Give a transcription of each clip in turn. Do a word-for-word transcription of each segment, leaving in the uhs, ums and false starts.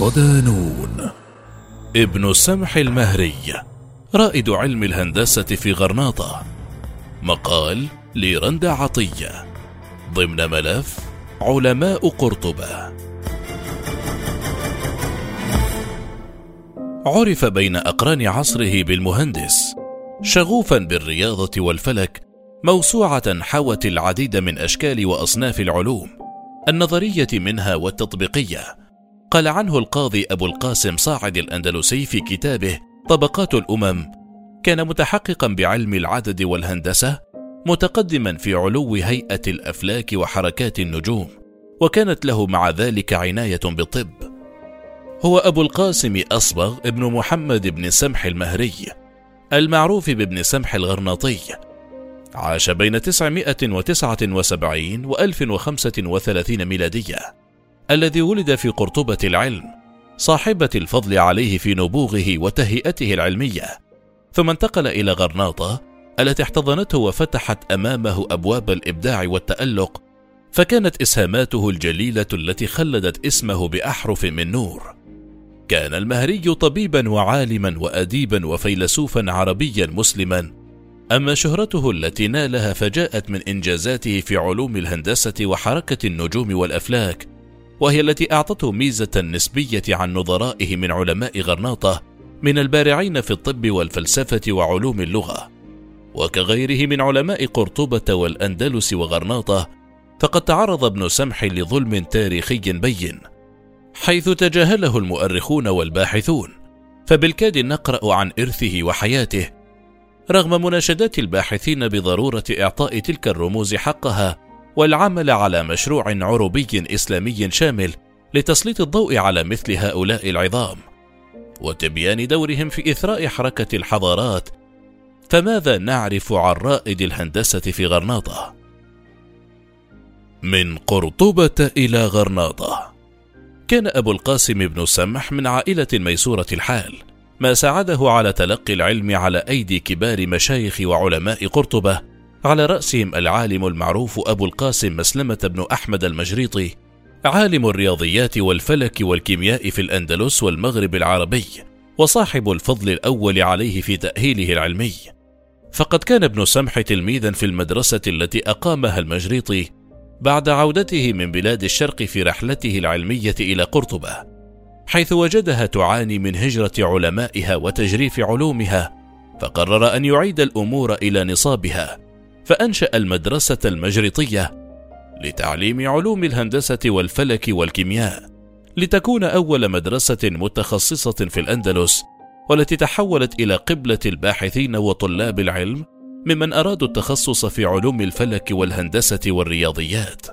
صدانون. ابن سمح المهري رائد علم الهندسة في غرناطة. مقال لرندا عطية ضمن ملف علماء قرطبة. عرف بين أقران عصره بالمهندس، شغوفا بالرياضة والفلك، موسوعة حوت العديد من أشكال وأصناف العلوم النظرية منها والتطبيقية. قال عنه القاضي أبو القاسم صاعد الأندلسي في كتابه طبقات الأمم: كان متحققا بعلم العدد والهندسة، متقدما في علو هيئة الأفلاك وحركات النجوم، وكانت له مع ذلك عناية بالطب. هو أبو القاسم أصبغ ابن محمد بن سمح المهري المعروف بابن سمح الغرناطي، عاش بين تسعمائة وتسعة وسبعين وألف وخمسة وثلاثين ميلادية، الذي ولد في قرطبة العلم، صاحبة الفضل عليه في نبوغه وتهيئته العلمية، ثم انتقل إلى غرناطة التي احتضنته وفتحت أمامه أبواب الإبداع والتألق، فكانت إسهاماته الجليلة التي خلدت اسمه بأحرف من نور. كان المهري طبيبا وعالما وأديبا وفيلسوفا عربيا مسلما، أما شهرته التي نالها فجاءت من إنجازاته في علوم الهندسة وحركة النجوم والأفلاك، وهي التي أعطته ميزة نسبية عن نظرائه من علماء غرناطة من البارعين في الطب والفلسفة وعلوم اللغة. وكغيره من علماء قرطبة والأندلس وغرناطة، فقد تعرض ابن سمح لظلم تاريخي بين، حيث تجاهله المؤرخون والباحثون، فبالكاد نقرأ عن إرثه وحياته، رغم مناشدات الباحثين بضرورة إعطاء تلك الرموز حقها والعمل على مشروع عربي إسلامي شامل لتسليط الضوء على مثل هؤلاء العظام وتبيان دورهم في إثراء حركة الحضارات. فماذا نعرف عن رائد الهندسة في غرناطة؟ من قرطبة إلى غرناطة. كان أبو القاسم بن سمح من عائلة ميسورة الحال، ما ساعده على تلقي العلم على أيدي كبار مشايخ وعلماء قرطبة، على رأسهم العالم المعروف أبو القاسم مسلمة بن أحمد المجريطي، عالم الرياضيات والفلك والكيمياء في الأندلس والمغرب العربي، وصاحب الفضل الأول عليه في تأهيله العلمي. فقد كان ابن سمح تلميذا في المدرسة التي أقامها المجريطي بعد عودته من بلاد الشرق في رحلته العلمية إلى قرطبة، حيث وجدها تعاني من هجرة علمائها وتجريف علومها، فقرر أن يعيد الأمور إلى نصابها، فأنشأ المدرسة المجريطية لتعليم علوم الهندسة والفلك والكيمياء، لتكون أول مدرسة متخصصة في الأندلس، والتي تحولت إلى قبلة الباحثين وطلاب العلم ممن أرادوا التخصص في علوم الفلك والهندسة والرياضيات.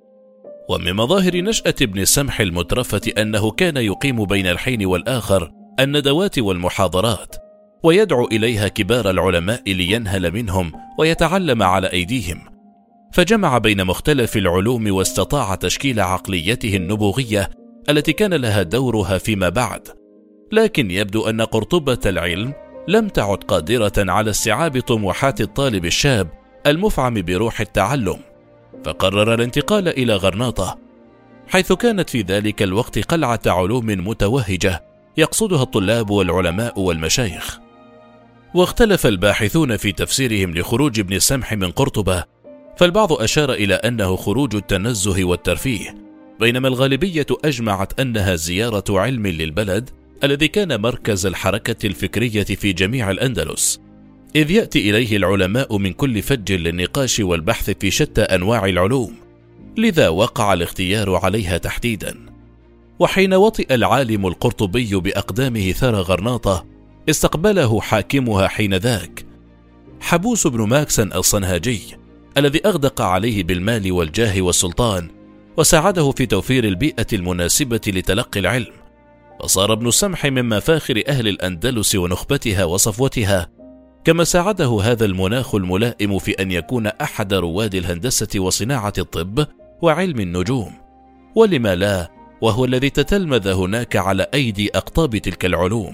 ومن مظاهر نشأة ابن سمح المترفة أنه كان يقيم بين الحين والآخر الندوات والمحاضرات، ويدعو إليها كبار العلماء لينهل منهم ويتعلم على أيديهم، فجمع بين مختلف العلوم واستطاع تشكيل عقليته النبوغية التي كان لها دورها فيما بعد. لكن يبدو أن قرطبة العلم لم تعد قادرة على استيعاب طموحات الطالب الشاب المفعم بروح التعلم، فقرر الانتقال إلى غرناطة، حيث كانت في ذلك الوقت قلعة علوم متوهجة يقصدها الطلاب والعلماء والمشايخ. واختلف الباحثون في تفسيرهم لخروج ابن سمح من قرطبة، فالبعض أشار إلى أنه خروج التنزه والترفيه، بينما الغالبية أجمعت أنها زيارة علم للبلد الذي كان مركز الحركة الفكرية في جميع الأندلس، إذ يأتي إليه العلماء من كل فج للنقاش والبحث في شتى أنواع العلوم، لذا وقع الاختيار عليها تحديدا. وحين وطئ العالم القرطبي بأقدامه ثرى غرناطة، استقبله حاكمها حينذاك حبوس بن ماكسن الصنهاجي، الذي أغدق عليه بالمال والجاه والسلطان، وساعده في توفير البيئة المناسبة لتلقي العلم. فصار ابن سمح من مفاخر أهل الأندلس ونخبتها وصفوتها، كما ساعده هذا المناخ الملائم في أن يكون أحد رواد الهندسة وصناعة الطب وعلم النجوم، ولما لا، وهو الذي تتلمذ هناك على أيدي أقطاب تلك العلوم.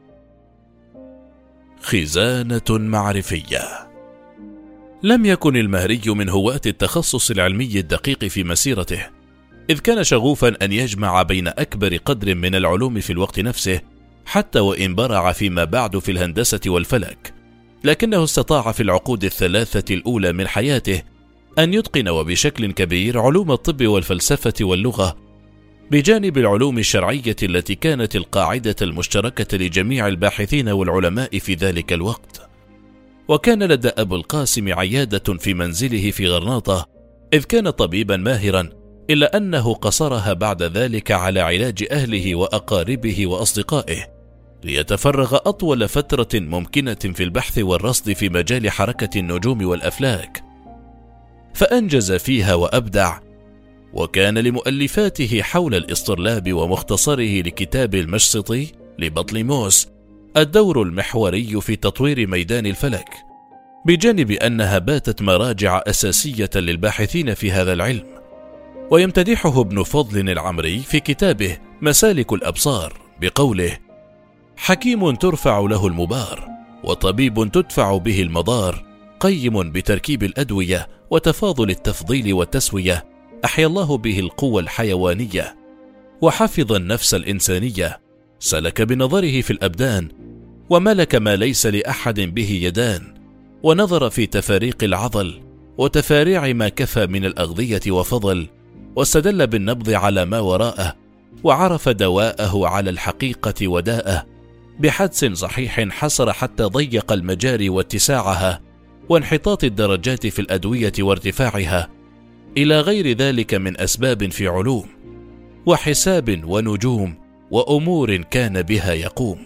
خزانة معرفية. لم يكن المهري من هواة التخصص العلمي الدقيق في مسيرته، إذ كان شغوفا أن يجمع بين أكبر قدر من العلوم في الوقت نفسه، حتى وإن برع فيما بعد في الهندسة والفلك، لكنه استطاع في العقود الثلاثة الأولى من حياته أن يتقن وبشكل كبير علوم الطب والفلسفة واللغة، بجانب العلوم الشرعية التي كانت القاعدة المشتركة لجميع الباحثين والعلماء في ذلك الوقت. وكان لدى أبو القاسم عيادة في منزله في غرناطة، إذ كان طبيبا ماهرا، إلا أنه قصرها بعد ذلك على علاج أهله وأقاربه وأصدقائه، ليتفرغ أطول فترة ممكنة في البحث والرصد في مجال حركة النجوم والأفلاك، فأنجز فيها وأبدع. وكان لمؤلفاته حول الإسطرلاب ومختصره لكتاب المشسطي لبطليموس الدور المحوري في تطوير ميدان الفلك، بجانب أنها باتت مراجع أساسية للباحثين في هذا العلم. ويمتدحه ابن فضل العمري في كتابه مسالك الأبصار بقوله: حكيم ترفع له المبار، وطبيب تدفع به المضار، قيم بتركيب الأدوية وتفاضل التفضيل والتسوية، أحيا الله به القوى الحيوانية، وحفظ النفس الإنسانية، سلك بنظره في الأبدان، وملك ما ليس لأحد به يدان، ونظر في تفاريق العضل وتفاريع ما كفى من الأغذية وفضل، واستدل بالنبض على ما وراءه، وعرف دواءه على الحقيقة وداءه، بحدس صحيح حصر حتى ضيق المجاري واتساعها، وانحطاط الدرجات في الأدوية وارتفاعها، إلى غير ذلك من أسباب في علوم وحساب ونجوم وأمور كان بها يقوم.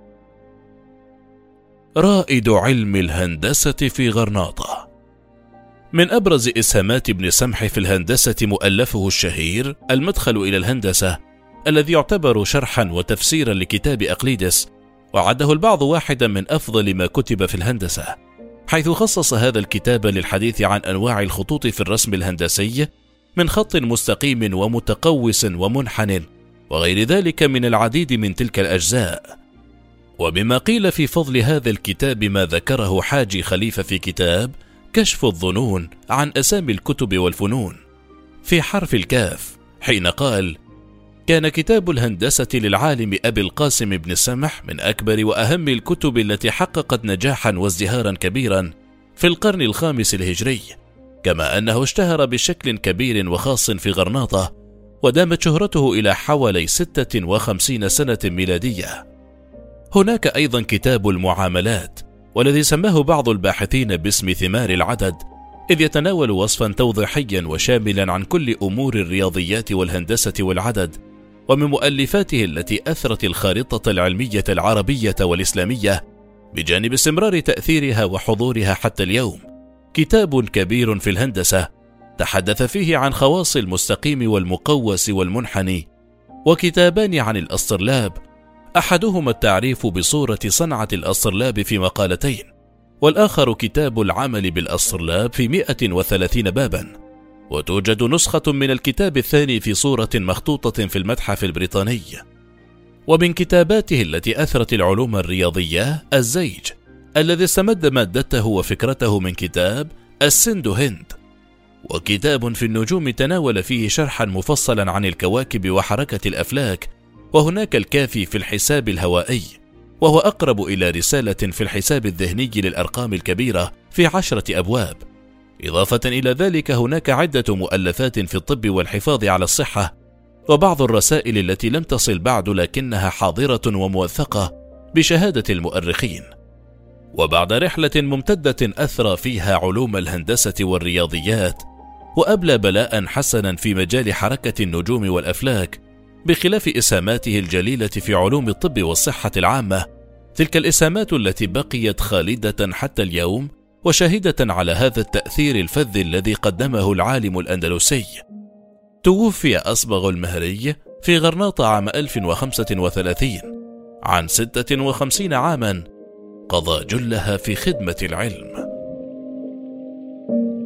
رائد علم الهندسة في غرناطة. من أبرز إسهامات ابن سمح في الهندسة مؤلفه الشهير المدخل إلى الهندسة، الذي يعتبر شرحا وتفسيرا لكتاب أقليدس، وعده البعض واحدا من أفضل ما كتب في الهندسة، حيث خصص هذا الكتاب للحديث عن أنواع الخطوط في الرسم الهندسي، من خط مستقيم ومتقوس ومنحن وغير ذلك من العديد من تلك الأجزاء. وبما قيل في فضل هذا الكتاب ما ذكره حاجي خليفة في كتاب كشف الظنون عن أسامي الكتب والفنون في حرف الكاف، حين قال: كان كتاب الهندسة للعالم أبي القاسم بن سمح من أكبر وأهم الكتب التي حققت نجاحا وازدهارا كبيرا في القرن الخامس الهجري، كما أنه اشتهر بشكل كبير وخاص في غرناطة، ودامت شهرته إلى حوالي ستة وخمسين سنة ميلادية. هناك أيضا كتاب المعاملات، والذي سماه بعض الباحثين باسم ثمار العدد، إذ يتناول وصفا توضيحيا وشاملا عن كل أمور الرياضيات والهندسة والعدد، ومن مؤلفاته التي أثرت الخارطة العلمية العربية والإسلامية، بجانب استمرار تأثيرها وحضورها حتى اليوم، كتاب كبير في الهندسة تحدث فيه عن خواص المستقيم والمقوس والمنحني، وكتابان عن الأسطرلاب، أحدهما التعريف بصورة صنعة الأسطرلاب في مقالتين، والآخر كتاب العمل بالأسطرلاب في مئة وثلاثين بابا. وتوجد نسخة من الكتاب الثاني في صورة مخطوطة في المتحف البريطاني. ومن كتاباته التي أثرت العلوم الرياضية الزيج، الذي استمد مادته وفكرته من كتاب السند هند، وكتاب في النجوم تناول فيه شرحا مفصلا عن الكواكب وحركة الأفلاك، وهناك الكافي في الحساب الهوائي، وهو أقرب إلى رسالة في الحساب الذهني للأرقام الكبيرة في عشرة أبواب. إضافة إلى ذلك هناك عدة مؤلفات في الطب والحفاظ على الصحة، وبعض الرسائل التي لم تصل بعد لكنها حاضرة وموثقة بشهادة المؤرخين. وبعد رحلة ممتدة أثرى فيها علوم الهندسة والرياضيات، وأبلى بلاء حسنا في مجال حركة النجوم والأفلاك، بخلاف إسهاماته الجليلة في علوم الطب والصحة العامة، تلك الإسهامات التي بقيت خالدة حتى اليوم وشاهدة على هذا التأثير الفذ الذي قدمه العالم الأندلسي. توفي أصبغ المهري في غرناطة عام ألف وخمسة وثلاثين عن ستة وخمسين عاما، قضى جلها في خدمة العلم.